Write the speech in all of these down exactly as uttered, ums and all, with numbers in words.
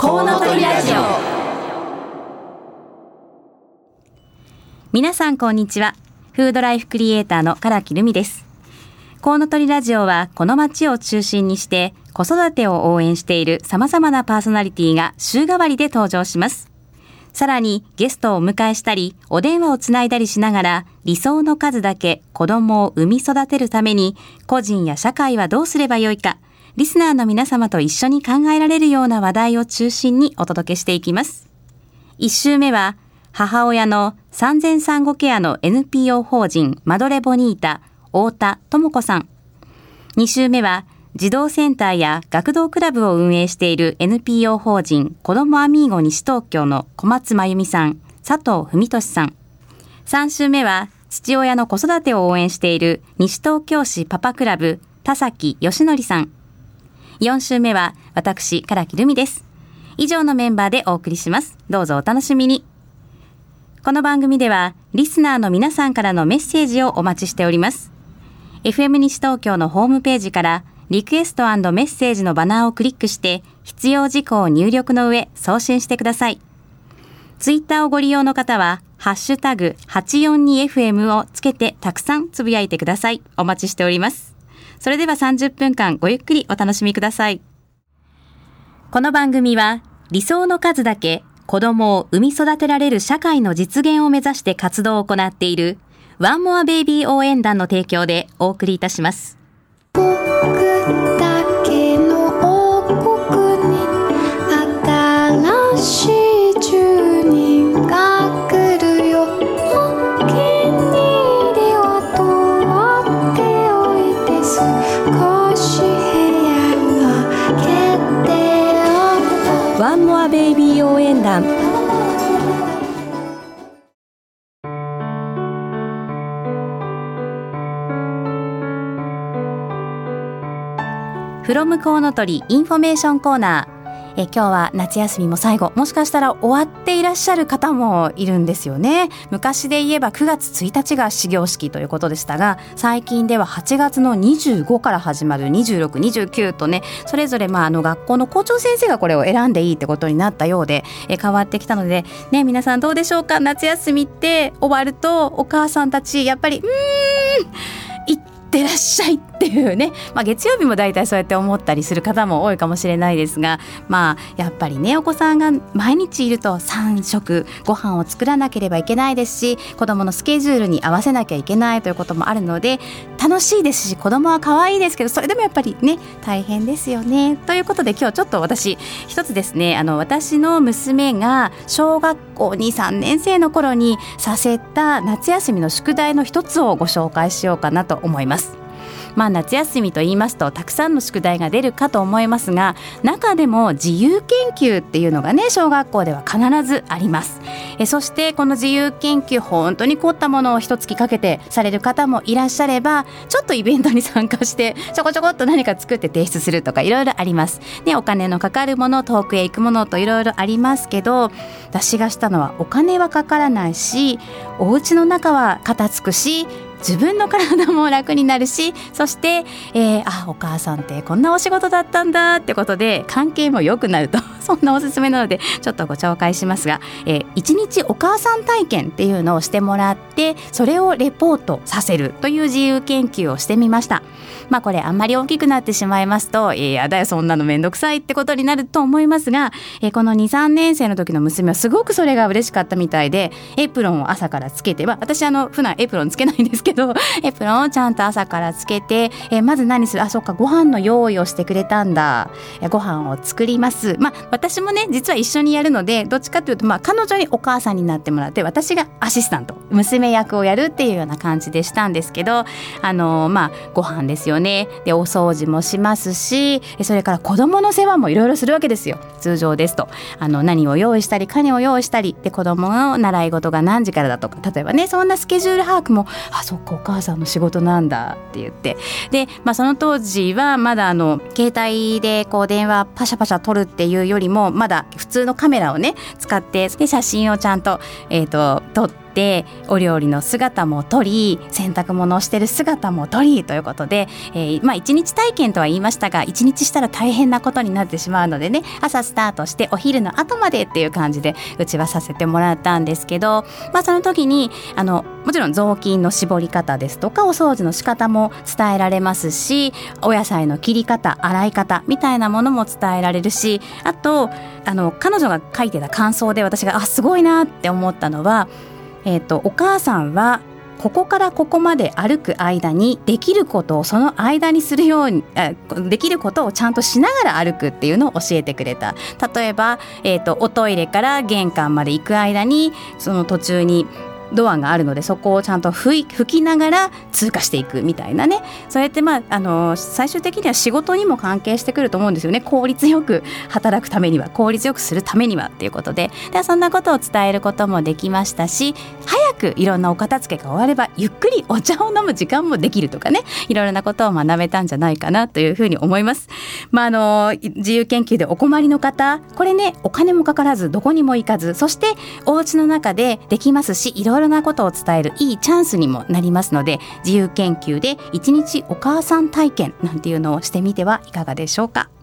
コウノトリラジオ。皆さんこんにちは。フードライフクリエイターの唐木留美です。コウノトリラジオはこの街を中心にして子育てを応援している様々なパーソナリティが週替わりで登場します。さらにゲストをお迎えしたりお電話をつないだりしながら理想の数だけ子供を産み育てるために個人や社会はどうすればよいか、リスナーの皆様と一緒に考えられるような話題を中心にお届けしていきます。いち週目は母親の産前産後ケアの エヌピーオー 法人マドレボニータ太田智子さん。に週目は児童センターや学童クラブを運営している エヌピーオー 法人子どもアミーゴ西東京の小松真由美さん、佐藤文俊さん。さん週目は父親の子育てを応援している西東京市パパクラブ田崎義則さん。よん週目は私唐木留美です。以上のメンバーでお送りします。どうぞお楽しみに。この番組ではリスナーの皆さんからのメッセージをお待ちしております。エフエム 西東京のホームページからリクエスト&メッセージのバナーをクリックして必要事項を入力の上送信してください。ツイッターをご利用の方はハッシュタグ はちよんにエフエム をつけてたくさんつぶやいてください。お待ちしております。それではさんじゅっぷんかんごゆっくりお楽しみください。この番組は理想の数だけ子供を産み育てられる社会の実現を目指して活動を行っているワンモアベイビー応援団の提供でお送りいたします。 僕だけの王国に新しい住人が来るよ。お気に入りは取っておいて少し部屋を開けておく。ワンモアベイビー応援団。 フロムコウノトリインフォメーションコーナー。え今日は夏休みも最後、もしかしたら終わっていらっしゃる方もいるんですよね。昔で言えばくがつついたちが始業式ということでしたが、最近でははちがつのにじゅうごから始まるにじゅうろく、にじゅうくとね、それぞれまああの学校の校長先生がこれを選んでいいってことになったようで、え変わってきたのでね、皆さんどうでしょうか。夏休みって終わるとお母さんたちやっぱりうーん行ってらっしゃいっていうね、まあ、月曜日もだいたいそうやって思ったりする方も多いかもしれないですが、まあやっぱりねお子さんが毎日いるとさん食ご飯を作らなければいけないですし、子どものスケジュールに合わせなきゃいけないということもあるので楽しいですし、子どもは可愛いですけどそれでもやっぱりね大変ですよね。ということで今日ちょっと私一つですね、あの私の娘が小学校にさんねん生の頃にさせた夏休みの宿題の一つをご紹介しようかなと思います。まあ、夏休みと言いますとたくさんの宿題が出るかと思いますが、中でも自由研究っていうのがね小学校では必ずあります。えそしてこの自由研究本当に凝ったものを一月かけてされる方もいらっしゃれば、ちょっとイベントに参加してちょこちょこっと何か作って提出するとかいろいろあります、ね、お金のかかるもの、遠くへ行くものといろいろありますけど、私がしたのはお金はかからないし、お家の中は片付くし、自分の体も楽になるし、そして、えー、あお母さんってこんなお仕事だったんだってことで関係も良くなるとそんなおすすめなのでちょっとご紹介しますが、えー、いちにちお母さん体験っていうのをしてもらってそれをレポートさせるという自由研究をしてみました。まあこれあんまり大きくなってしまいますと、えー、やだよそんなのめんどくさいってことになると思いますが、えー、このに、さんねん生の時の娘はすごくそれが嬉しかったみたいで、エプロンを朝からつけて、まあ、私あの普段エプロンつけないんですけどエプロンをちゃんと朝からつけて、えー、まず何する、あそっかご飯の用意をしてくれたんだ、えー、ご飯を作ります。まあ私もね実は一緒にやるのでどっちかというと、まあ、彼女にお母さんになってもらって私がアシスタント娘役をやるっていうような感じでしたんですけど、あのー、まあご飯ですよね。でお掃除もしますし、それから子供の世話もいろいろするわけですよ。通常ですとあの何を用意したり何を用意したりで、子供の習い事が何時からだとか、例えばねそんなスケジュール把握もあそっかお母さんの仕事なんだって言って、で、まあ、その当時はまだあの携帯でこう電話パシャパシャ撮るっていうよりもまだ普通のカメラをね使ってで写真をちゃんと、えーと、撮っててお料理の姿も撮り、洗濯物をしてる姿も撮りということで、えー、まあいちにち体験とは言いましたが、いちにちしたら大変なことになってしまうのでね、朝スタートしてお昼の後までっていう感じでうちはさせてもらったんですけど、まあその時にあのもちろん雑巾の絞り方ですとかお掃除の仕方も伝えられますし、お野菜の切り方、洗い方みたいなものも伝えられるし、あとあの彼女が書いてた感想で私があすごいなって思ったのは、えーと、お母さんはここからここまで歩く間にできることをその間にするように、できることをちゃんとしながら歩くっていうのを教えてくれた。例えば、えーと、おトイレから玄関まで行く間にその途中にドアがあるので、そこをちゃんと吹きながら通過していくみたいなね。それって、まあ、あの最終的には仕事にも関係してくると思うんですよね。効率よく働くためには、効率よくするためにはっていうことで、でそんなことを伝えることもできましたし、早くいろんなお片付けが終わればゆっくりお茶を飲む時間もできるとかね、いろいろなことを学べたんじゃないかなというふうに思います。まあ、あの自由研究でお困りの方、これね、お金もかからずどこにも行かず、そしてお家の中でできますし、いろいろなことを伝えるいいチャンスにもなりますので、自由研究でいちにちお母さん体験なんていうのをしてみてはいかがでしょうか。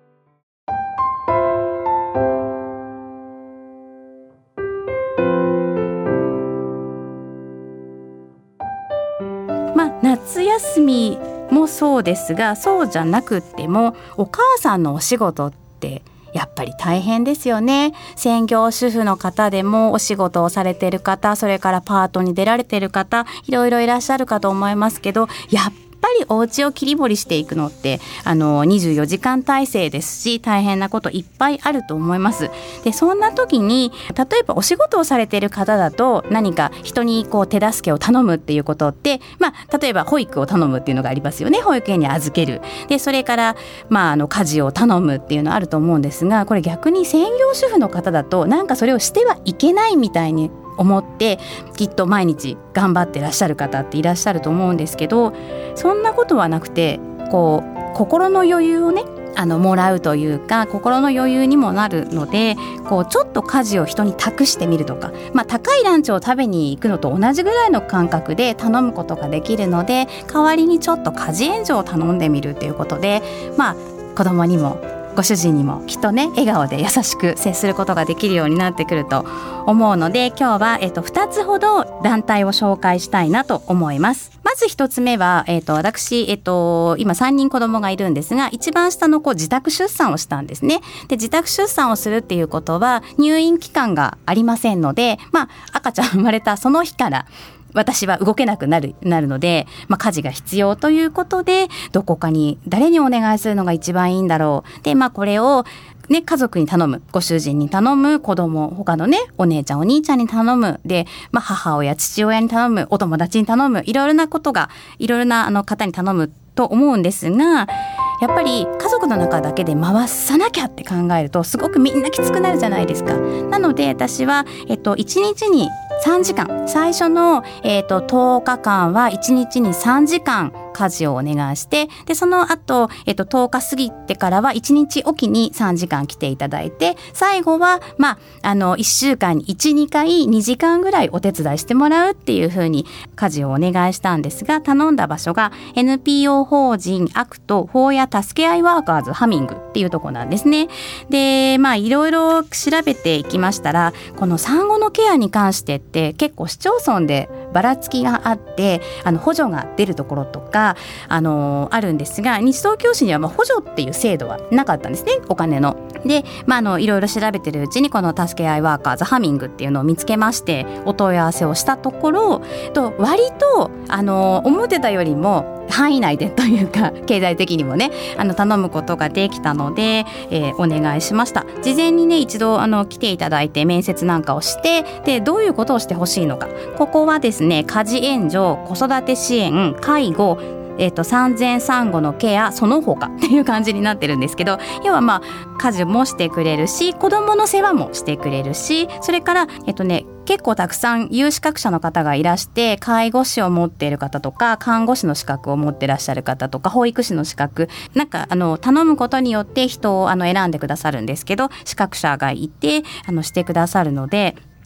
まあ、夏休みもそうですが、そうじゃなくってもお母さんのお仕事ってやっぱり大変ですよね。専業主婦の方でもお仕事をされている方、それからパートに出られている方、いろいろいらっしゃるかと思いますけど、やっぱりお家を切り盛りしていくのってあのにじゅうよじかん体制ですし、大変なこといっぱいあると思います。でそんな時に例えばお仕事をされている方だと、何か人にこう手助けを頼むっていうことって、まあ、例えば保育を頼むっていうのがありますよね。保育園に預ける。でそれから、まあ、あの家事を頼むっていうのあると思うんですが、これ逆に専業主婦の方だとなんかそれをしてはいけないみたいに思ってきっと毎日頑張ってらっしゃる方っていらっしゃると思うんですけど、そんなことはなくて、こう心の余裕をねあのもらうというか、心の余裕にもなるので、こうちょっと家事を人に託してみるとか、まあ、高いランチを食べに行くのと同じぐらいの感覚で頼むことができるので、代わりにちょっと家事援助を頼んでみるということで、まあ子供にもご主人にもきっとね笑顔で優しく接することができるようになってくると思うので、今日は、えっと、ふたつほど団体を紹介したいなと思います。まずひとつめは、えっと、私、えっと、今さんにん子供がいるんですが、一番下の子自宅出産をしたんですね。で自宅出産をするっていうことは入院期間がありませんので、まあ、赤ちゃん生まれたその日から私は動けなくなる、なるので、まあ、家事が必要ということで、どこかに誰にお願いするのが一番いいんだろう。で、まあ、これを、ね、家族に頼む、ご主人に頼む、子供、他のね、お姉ちゃんお兄ちゃんに頼む、で、まあ、母親父親に頼む、お友達に頼む、いろいろなことがいろいろなあの方に頼むと思うんですが、やっぱり家族の中だけで回さなきゃって考えるとすごくみんなきつくなるじゃないですか。なので私は、えっと、いちにちにさんじかん、最初の、えっと、とおかかんはいちにちにさんじかん家事をお願いして、でその後、えっと、とおか過ぎてからはいちにちおきにさんじかん来ていただいて、最後は、まあ、あのいっしゅうかんにいち、にかいにじかんぐらいお手伝いしてもらうっていう風に家事をお願いしたんですが、頼んだ場所が エヌピーオー 法人アクト法や助け合いワーカーズハミングっていうところなんですね。で、まあいろいろ調べていきましたら、この産後のケアに関してって結構市町村でばらつきがあって、あの補助が出るところとかあのあるんですが、西東京市にはまあ補助っていう制度はなかったんですね、お金の。で、まあ、あのいろいろ調べてるうちにこの助け合いワーカーズハミングっていうのを見つけまして、お問い合わせをしたところと、割とあの思ってたよりも範囲内でというか、経済的にもねあの頼むことができたので、えー、お願いしました。事前にね一度あの来ていただいて面接なんかをして、でどういうことをしてほしいのか、ここはですね家事援助、子育て支援、介護、えー、と産前産後のケアその他っていう感じになってるんですけど、要はまあ家事もしてくれるし、子どもの世話もしてくれるし、それからえっ、ー、とね結構たくさん有資格者の方がいらして、介護士を持っている方とか看護師の資格を持っていらっしゃる方とか保育士の資格なんかあの頼むことによって人をあの選んでくださるんですけど、資格者がいてあのしてくださるので、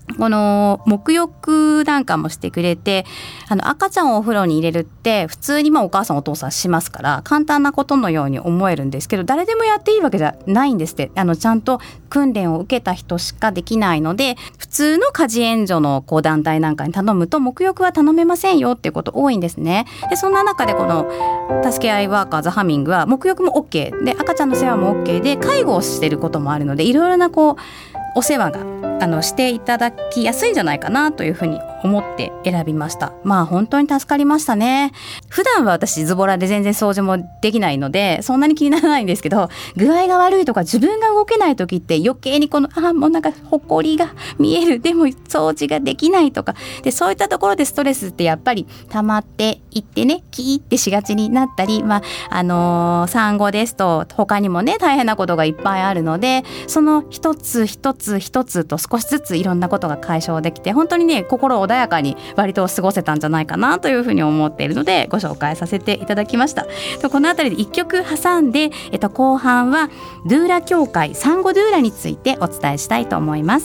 この沐浴なんかもしてくれて、あの赤ちゃんをお風呂に入れるって普通にまあお母さんお父さんしますから簡単なことのように思えるんですけど、誰でもやっていいわけじゃないんですって。あのちゃんと訓練を受けた人しかできないので、普通の家事援助のこう団体なんかに頼むと沐浴は頼めませんよっていうこと多いんですね。でそんな中でこの助け合いワーカーズハミングは沐浴も OK で赤ちゃんの世話も OK で介護をしていることもあるので、いろいろなこうお世話があのしていただきやすいんじゃないかなというふうに思って選びました。まあ本当に助かりましたね。普段は私ズボラで全然掃除もできないのでそんなに気にならないんですけど、具合が悪いとか自分が動けない時って余計にこのあもうなんかほこりが見える、でも掃除ができないとかで、そういったところでストレスってやっぱり溜まっていってね、キーってしがちになったり、まああのー、産後ですと他にもね大変なことがいっぱいあるので、その一つ一つ一つと少しずついろんなことが解消できて、本当にね心穏やかに割と過ごせたんじゃないかなというふうに思っているのでご紹介させていただきました。このあたりでいっきょく挟んで、えっと、後半はドゥーラ協会産後ドゥーラについてお伝えしたいと思います。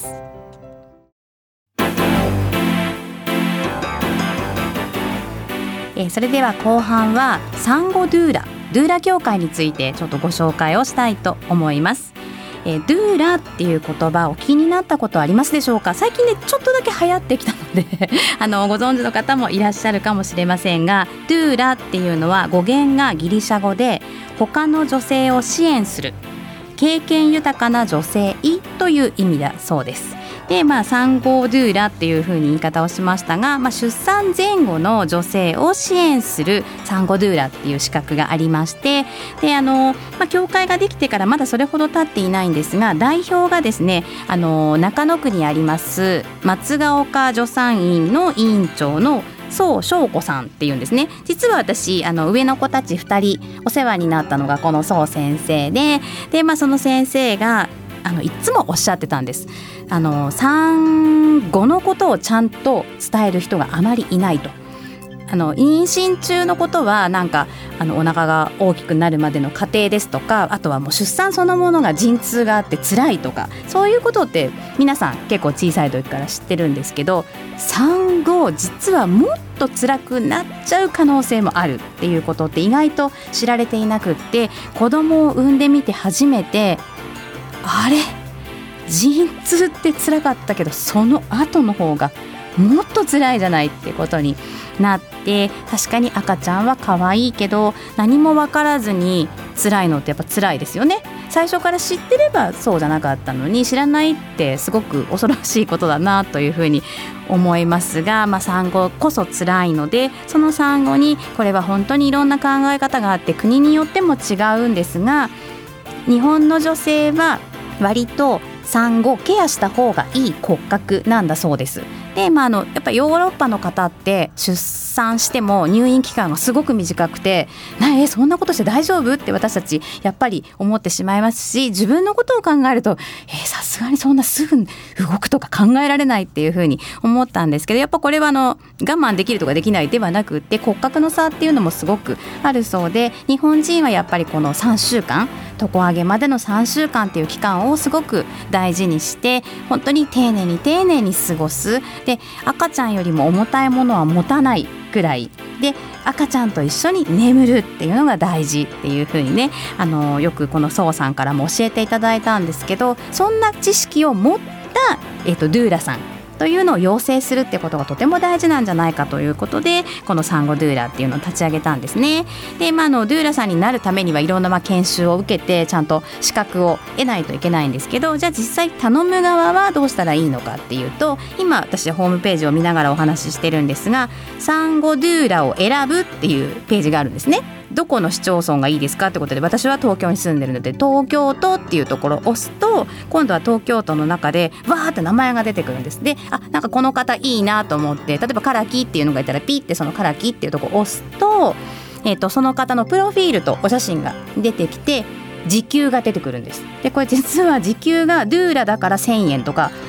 えー、それでは後半は産後ドゥーラドゥーラ協会についてちょっとご紹介をしたいと思います。えー、ドゥーラっていう言葉お聞きになったことありますでしょうか。最近ねちょっとだけ流行ってきたのであのご存知の方もいらっしゃるかもしれませんが、ドゥーラっていうのは語源がギリシャ語で他の女性を支援する経験豊かな女性という意味だそうです。で、まあ、産後ドゥーラっていう風に言い方をしましたが、まあ、出産前後の女性を支援する産後ドゥーラっていう資格がありまして、であの、まあ、協会ができてからまだそれほど経っていないんですが、代表がですねあの中野区にあります松ヶ丘助産院の委員長の宋翔子さんっていうんですね。実は私あの上の子たちふたりお世話になったのがこの宋先生で、で、まあ、その先生があのいつもおっしゃってたんです。あの産後のことをちゃんと伝える人があまりいないと。あの妊娠中のことはなんかあのお腹が大きくなるまでの過程ですとか、あとはもう出産そのものが陣痛があって辛いとか、そういうことって皆さん結構小さい時から知ってるんですけど、産後実はもっと辛くなっちゃう可能性もあるっていうことって意外と知られていなくって、子供を産んでみて初めてあれ陣痛って辛かったけどその後の方がもっと辛いじゃないってことになって、確かに赤ちゃんは可愛いけど何も分からずに辛いのってやっぱ辛いですよね。最初から知ってればそうじゃなかったのに知らないってすごく恐ろしいことだなというふうに思いますが、まあ、産後こそ辛いので、その産後にこれは本当にいろんな考え方があって国によっても違うんですが、日本の女性は割と産後ケアした方がいい骨格なんだそうです。で、まあ、あのやっぱりヨーロッパの方って出産しても入院期間がすごく短くて、なえそんなことして大丈夫って私たちやっぱり思ってしまいますし、自分のことを考えるとさすがにそんなすぐ動くとか考えられないっていうふうに思ったんですけど、やっぱこれはあの我慢できるとかできないではなくって骨格の差っていうのもすごくあるそうで、日本人はやっぱりこのさんしゅうかん床上げまでのさんしゅうかんっていう期間をすごく大事にして本当に丁寧に丁寧に過ごす。で赤ちゃんよりも重たいものは持たないくらいで、赤ちゃんと一緒に眠るっていうのが大事っていう風にね、あのよくこの宋さんからも教えていただいたんですけど、そんな知識を持った、えーと、ドゥーラさんというのを養成するってことがとても大事なんじゃないかということで、この産後ドゥーラっていうのを立ち上げたんですね。で、まあ、あのドゥーラさんになるためにはいろんなまあ研修を受けてちゃんと資格を得ないといけないんですけど、じゃあ実際頼む側はどうしたらいいのかっていうと、今私ホームページを見ながらお話ししてるんですが、産後ドゥーラを選ぶっていうページがあるんですね。どこの市町村がいいですかってことで、私は東京に住んでるので東京都っていうところを押すと、今度は東京都の中でわーって名前が出てくるんです。で、あ、なんかこの方いいなと思って、例えば唐木っていうのがいたらピッてその唐木っていうところを押すと、えーと、その方のプロフィールとお写真が出てきて時給が出てくるんです。でこれ実は時給がドゥーラだからせんえんとか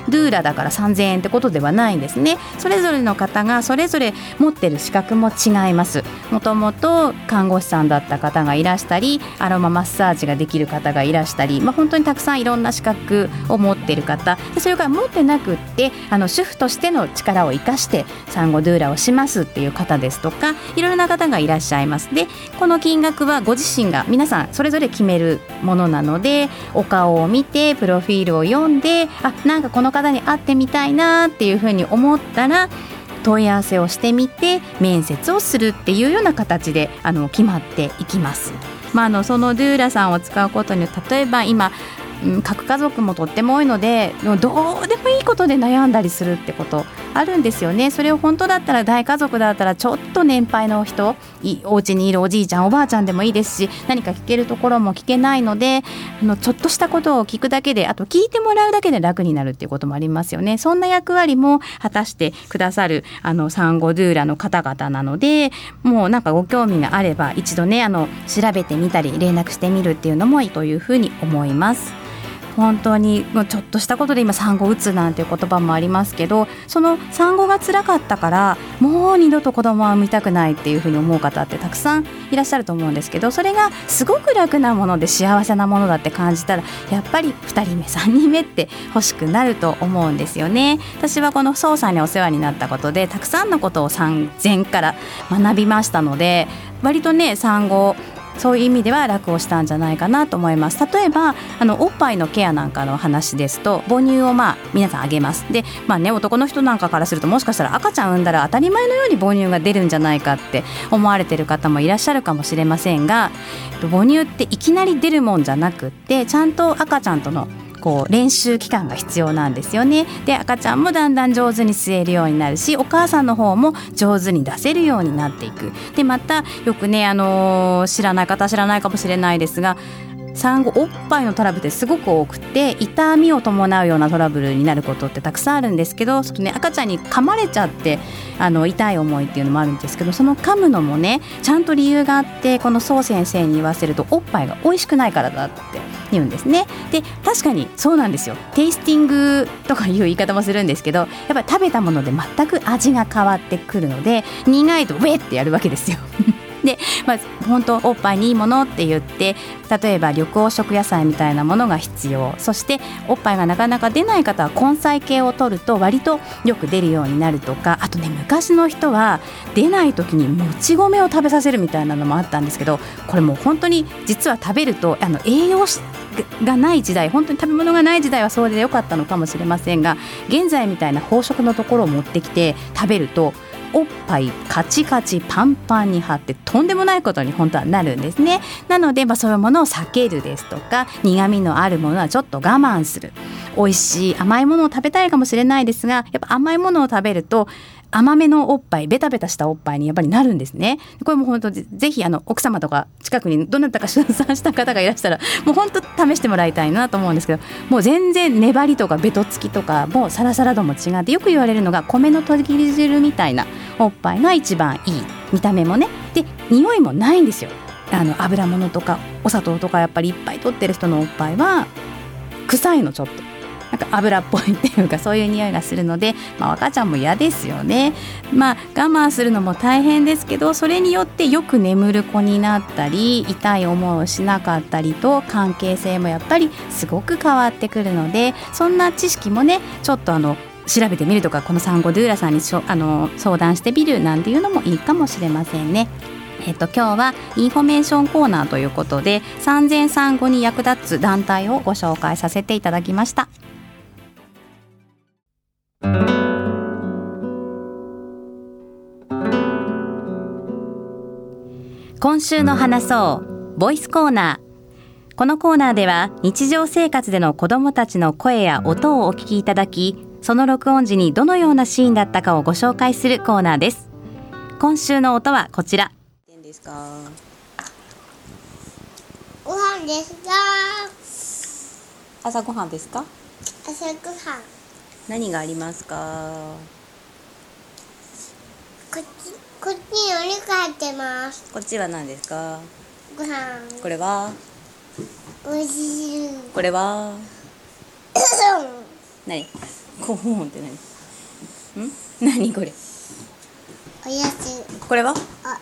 ドゥーラだからさんぜんえんってことではないんですね。それぞれの方がそれぞれ持ってる資格も違います。もともと看護師さんだった方がいらしたり、アロママッサージができる方がいらしたり、まあ、本当にたくさんいろんな資格を持っている方で、それから持ってなくってあの主婦としての力を生かして産後ドゥーラをしますっていう方ですとか、いろいろな方がいらっしゃいます。でこの金額はご自身が皆さんそれぞれ決めるものなので、お顔を見てプロフィールを読んで、あ、なんかこの方に会ってみたいなっていうふうに思ったら問い合わせをしてみて面接をするっていうような形であの決まっていきます。まあ、あのそのドゥーラさんを使うことによって、例えば今核家族もとっても多いので、どうでもいいことで悩んだりするってことあるんですよね。それを本当だったら大家族だったらちょっと年配の人、お家にいるおじいちゃんおばあちゃんでもいいですし、何か聞けるところも聞けないので、あのちょっとしたことを聞くだけで、あと聞いてもらうだけで楽になるっていうこともありますよね。そんな役割も果たしてくださるあの産後ドゥーラの方々なので、もうなんかご興味があれば一度ねあの調べてみたり連絡してみるっていうのもいいというふうに思います。本当にもうちょっとしたことで今産後うつなんていう言葉もありますけど、その産後が辛かったからもう二度と子供は産みたくないっていうふうに思う方ってたくさんいらっしゃると思うんですけど、それがすごく楽なもので幸せなものだって感じたら、やっぱりふたりめさんにんめって欲しくなると思うんですよね。私はこの宋さんにお世話になったことでたくさんのことを産前から学びましたので、割とね産後そういう意味では楽をしたんじゃないかなと思います。例えばあのおっぱいのケアなんかの話ですと、母乳をまあ皆さんあげます。で、まあね、男の人なんかからするともしかしたら赤ちゃん産んだら当たり前のように母乳が出るんじゃないかって思われてる方もいらっしゃるかもしれませんが、母乳っていきなり出るもんじゃなくって、ちゃんと赤ちゃんとのこう練習期間が必要なんですよね。で赤ちゃんもだんだん上手に吸えるようになるし、お母さんの方も上手に出せるようになっていく。でまたよくね、あのー、知らない方は知らないかもしれないですが、産後おっぱいのトラブルってすごく多くて、痛みを伴うようなトラブルになることってたくさんあるんですけど、そと、ね、赤ちゃんに噛まれちゃってあの痛い思いっていうのもあるんですけど、その噛むのもねちゃんと理由があって、この宋先生に言わせるとおっぱいが美味しくないからだって言うんですね。で確かにそうなんですよ。テイスティングとかいう言い方もするんですけど、やっぱり食べたもので全く味が変わってくるので、苦いとウェってやるわけですよで、まあ、本当おっぱいにいいものって言って、例えば緑黄色野菜みたいなものが必要。そしておっぱいがなかなか出ない方は根菜系を取ると割とよく出るようになるとか、あとね昔の人は出ない時にもち米を食べさせるみたいなのもあったんですけど、これもう本当に実は食べるとあの栄養がない時代、本当に食べ物がない時代はそれで良かったのかもしれませんが、現在みたいな飽食のところを持ってきて食べるとおっぱいカチカチパンパンに張ってとんでもないことに本当はなるんですね。なので、まあ、そういうものを避けるですとか、苦味のあるものはちょっと我慢する。美味しい甘いものを食べたいかもしれないですが、やっぱ甘いものを食べると甘めのおっぱい、ベタベタしたおっぱいにやっぱりなるんですね。これも本当ぜひあの奥様とか近くにどなたか出産した方がいらしたらもう本当試してもらいたいなと思うんですけど、もう全然粘りとかベトつきとかもうサラサラ度も違って、よく言われるのが米のとぎり汁みたいなおっぱいが一番いい。見た目もね、で匂いもないんですよ。あの油物とかお砂糖とかやっぱりいっぱい取ってる人のおっぱいは臭いの、ちょっとなんか油っぽいっていうかそういう匂いがするので、まあ、赤ちゃんも嫌ですよね。まあ我慢するのも大変ですけど、それによってよく眠る子になったり痛い思いをしなかったりと、関係性もやっぱりすごく変わってくるので、そんな知識もねちょっとあの調べてみるとか、この産後ドゥーラさんにしょあの相談してみるなんていうのもいいかもしれませんね。えっと、今日はインフォメーションコーナーということで、産前産後に役立つ団体をご紹介させていただきました。今週の話そうボイスコーナー。このコーナーでは日常生活での子どもたちの声や音をお聞きいただき、その録音時にどのようなシーンだったかをご紹介するコーナーです。今週の音はこちら。ですか？ ご飯ですか？ 朝ごはんですか？ 朝ごはん。 何がありますか？ こっち、こっちにお肉入ってます。 こっちは何ですか？ ご飯。 これは？ おいしい。 これは？何？ コーンって何？ん？何これ？ おやつ。 これは？ あ、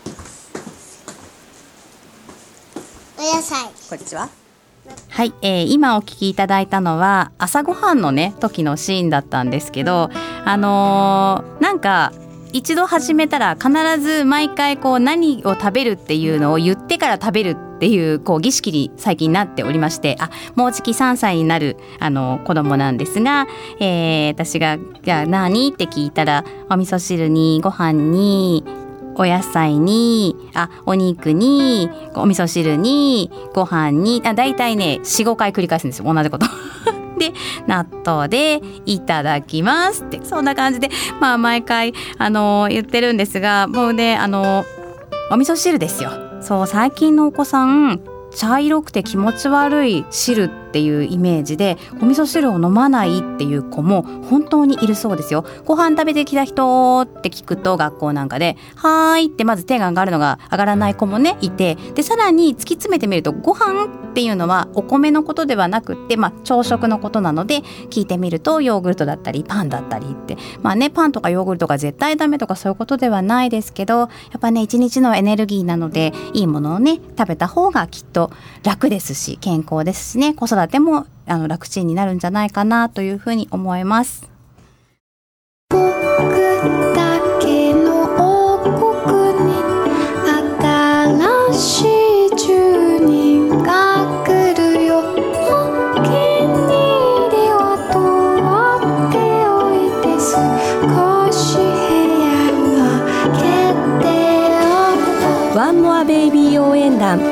お野菜。 こっちは？はい、えー、今お聞きいただいたのは朝ごはんのね時のシーンだったんですけど、あのー、なんか一度始めたら必ず毎回こう何を食べるっていうのを言ってから食べるっていうこう儀式に最近なっておりまして、あ、もうじきさんさいになるあの子供なんですが、えー、私がじゃあ何って聞いたら、お味噌汁にご飯にお野菜にあお肉にお味噌汁にご飯にあだいたいね よん,ご 回繰り返すんですよ、同じことで納豆でいただきますってそんな感じで、まあ、毎回あの言ってるんですが、もうねあのお味噌汁ですよ。そう、最近のお子さん茶色くて気持ち悪い汁っていうイメージでお味噌汁を飲まないっていう子も本当にいるそうですよ。ご飯食べてきた人って聞くと学校なんかではーいってまず手が上がるのが上がらない子もねいて、でさらに突き詰めてみるとご飯っていうのはお米のことではなくって、まあ、朝食のことなので聞いてみるとヨーグルトだったりパンだったりって、まあね、パンとかヨーグルトが絶対ダメとかそういうことではないですけど、やっぱね一日のエネルギーなのでいいものをね食べた方がきっと楽ですし健康ですしね、子育てもあの楽ちんになるんじゃないかなというふうに思います。 僕だけの王国に新しい住人が来るよ。お気に入りは取っておいて少し部屋を開けておく。 ワンモアベイビー応援団。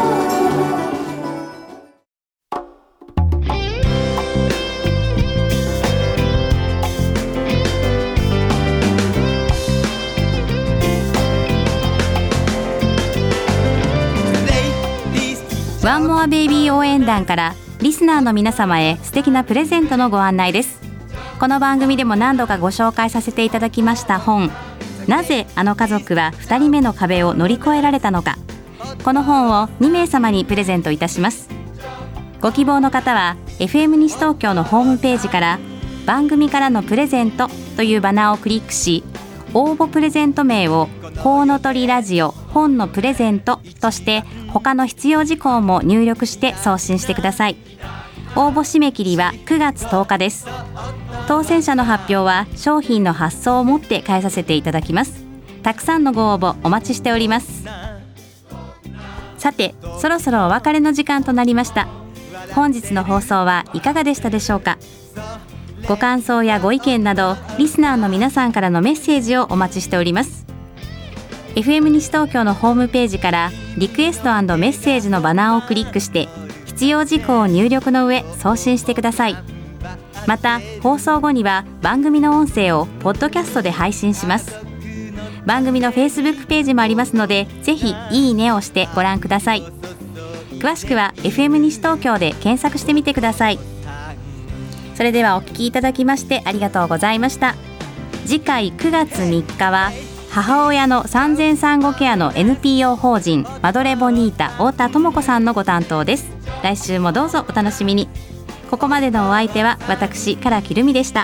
ワンモアベイビー応援団からリスナーの皆様へ素敵なプレゼントのご案内です。この番組でも何度かご紹介させていただきました本、なぜあの家族はふたりめの壁を乗り越えられたのか、この本をにめいさまにプレゼントいたします。ご希望の方は エフエム 西東京のホームページから番組からのプレゼントというバナーをクリックし、応募プレゼント名をコウノトリラジオ本のプレゼントとして他の必要事項も入力して送信してください。応募締め切りはくがつとおかです。当選者の発表は商品の発送をもって返させていただきます。たくさんのご応募お待ちしております。さて、そろそろお別れの時間となりました。本日の放送はいかがでしたでしょうか。ご感想やご意見などリスナーの皆さんからのメッセージをお待ちしております。 エフエム 西東京のホームページからリクエスト&メッセージのバナーをクリックして必要事項を入力の上送信してください。また放送後には番組の音声をポッドキャストで配信します。番組の Facebook ページもありますので、ぜひいいねをしてご覧ください。詳しくは エフエム 西東京で検索してみてください。それではお聞きいただきましてありがとうございました。次回くがつみっかは母親の産前産後ケアの エヌピーオー 法人マドレボニータ太田智子さんのご担当です。来週もどうぞお楽しみに。ここまでのお相手は私唐木留美でした。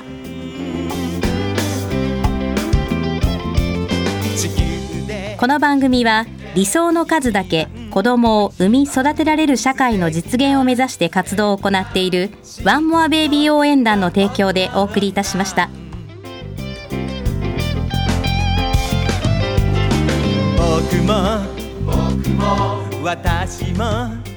この番組は理想の数だけ子供を産み育てられる社会の実現を目指して活動を行っているワンモアベイビー応援団の提供でお送りいたしました。 僕も僕も私も